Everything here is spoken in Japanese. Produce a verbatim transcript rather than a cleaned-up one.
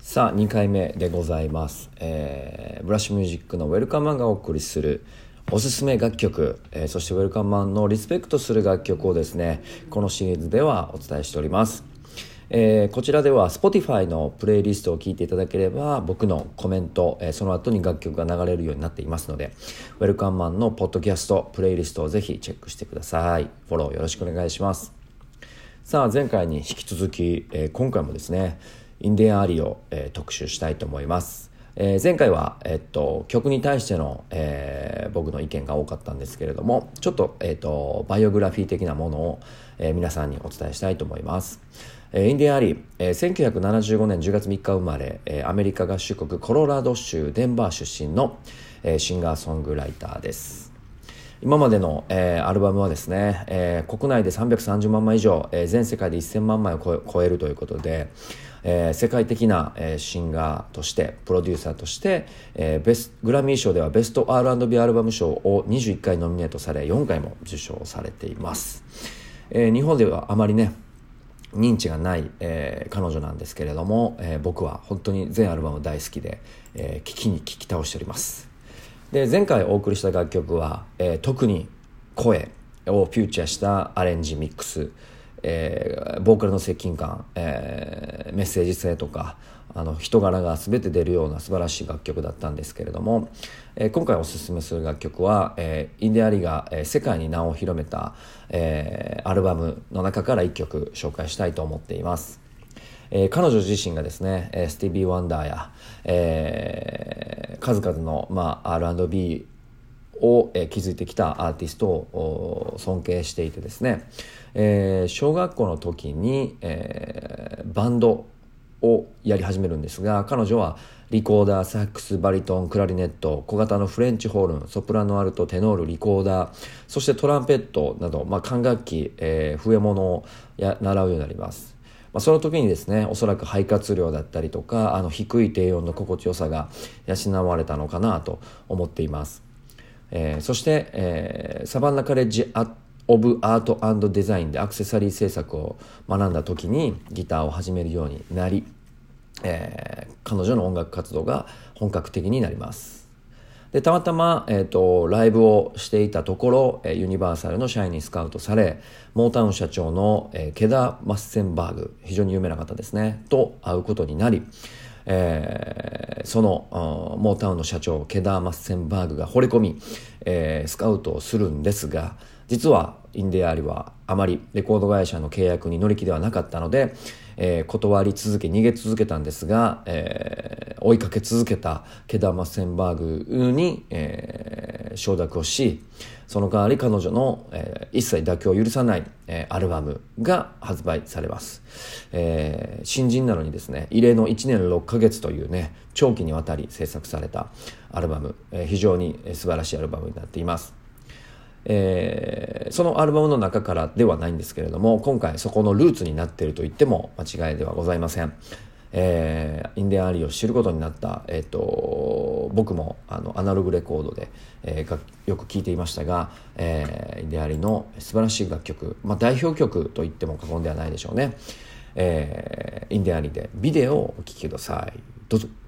さあにかいめでございます、えー、ブラッシュミュージックのウェルカムマンがお送りするおすすめ楽曲、えー、そしてウェルカムマンのリスペクトする楽曲をですね、このシリーズではお伝えしております。えー、こちらでは Spotify のプレイリストを聞いていただければ僕のコメント、えー、その後に楽曲が流れるようになっていますので、ウェルカムマンのポッドキャストプレイリストをぜひチェックしてください。フォローよろしくお願いします。さあ前回に引き続き、えー、今回もですねインディアンアリを、えー、特集したいと思います。えー、前回は、えっと、曲に対しての、えー、僕の意見が多かったんですけれども、ちょっと、えっと、バイオグラフィー的なものを、えー、皆さんにお伝えしたいと思います。えー、インディアンアリ、えー、せんきゅうひゃくななじゅうごねんじゅうがつみっか生まれ、えー、アメリカ合衆国コロラド州デンバー出身の、えー、シンガーソングライターです。今までの、えー、アルバムはですね、えー、国内でさんびゃくさんじゅうまんまい以上、えー、全世界でせんまんまいを超え、超えるということで、えー、世界的な、えー、シンガーとしてプロデューサーとして、えー、ベスグラミー賞ではベスト アールアンドビー アルバム賞をにじゅういっかいノミネートされよんかいも受賞されています。えー、日本ではあまりね認知がない、えー、彼女なんですけれども、えー、僕は本当に全アルバム大好きで、えー、聴きに聴き倒しております。で前回お送りした楽曲は、えー、特に声をフューチャーしたアレンジミックス、えー、ボーカルの接近感、えー、メッセージ性とかあの人柄が全て出るような素晴らしい楽曲だったんですけれども、えー、今回おすすめする楽曲は、えー、インディアリが、えー、世界に名を広めた、えー、アルバムの中からいっきょく紹介したいと思っています。えー、彼女自身がですね、スティービー・ワンダーや、えー、数々の、まあ、アールアンドビー を、えー、築いてきたアーティストを尊敬していてですね、えー、小学校の時に、えー、バンドをやり始めるんですが、彼女はリコーダー、サックス、バリトン、クラリネット、小型のフレンチホルン、ソプラノアルト、テノール、リコーダー、そしてトランペットなど、まあ、管楽器、えー、笛物をや習うようになります。まあ、その時にですね、おそらく肺活量だったりとか、あの低い低音の心地よさが養われたのかなと思っています。えー、そして、えー、サバンナカレッジオブアート&デザインでアクセサリー制作を学んだ時にギターを始めるようになり、えー、彼女の音楽活動が本格的になります。でたまたま、えーと、ライブをしていたところ、えー、ユニバーサルの社員にスカウトされ、モータウン社長の、えー、ケダ・マッセンバーグ、非常に有名な方ですね、と会うことになり、えー、そのモータウンの社長ケダ・マッセンバーグが惚れ込み、えー、スカウトをするんですが、実はインディアリはあまりレコード会社の契約に乗り気ではなかったので、えー、断り続け逃げ続けたんですが、えー、追いかけ続けたケダ・マッセンバーグに、えー、承諾をし、その代わり彼女の、えー、一切妥協を許さない、えー、アルバムが発売されます。えー、新人なのにですね、異例のいちねんろっかげつというね長期にわたり制作されたアルバム、えー、非常に素晴らしいアルバムになっています。えー、そのアルバムの中からではないんですけれども、今回そこのルーツになっていると言っても間違いではございません。えー、インディアンアリーを知ることになった、えー、と僕もあのアナログレコードで、えー、よく聴いていましたが、えー、インディアンアリーの素晴らしい楽曲、まあ、代表曲と言っても過言ではないでしょうね。えー、インディアンアリーでビデオをお聴きください。どうぞ。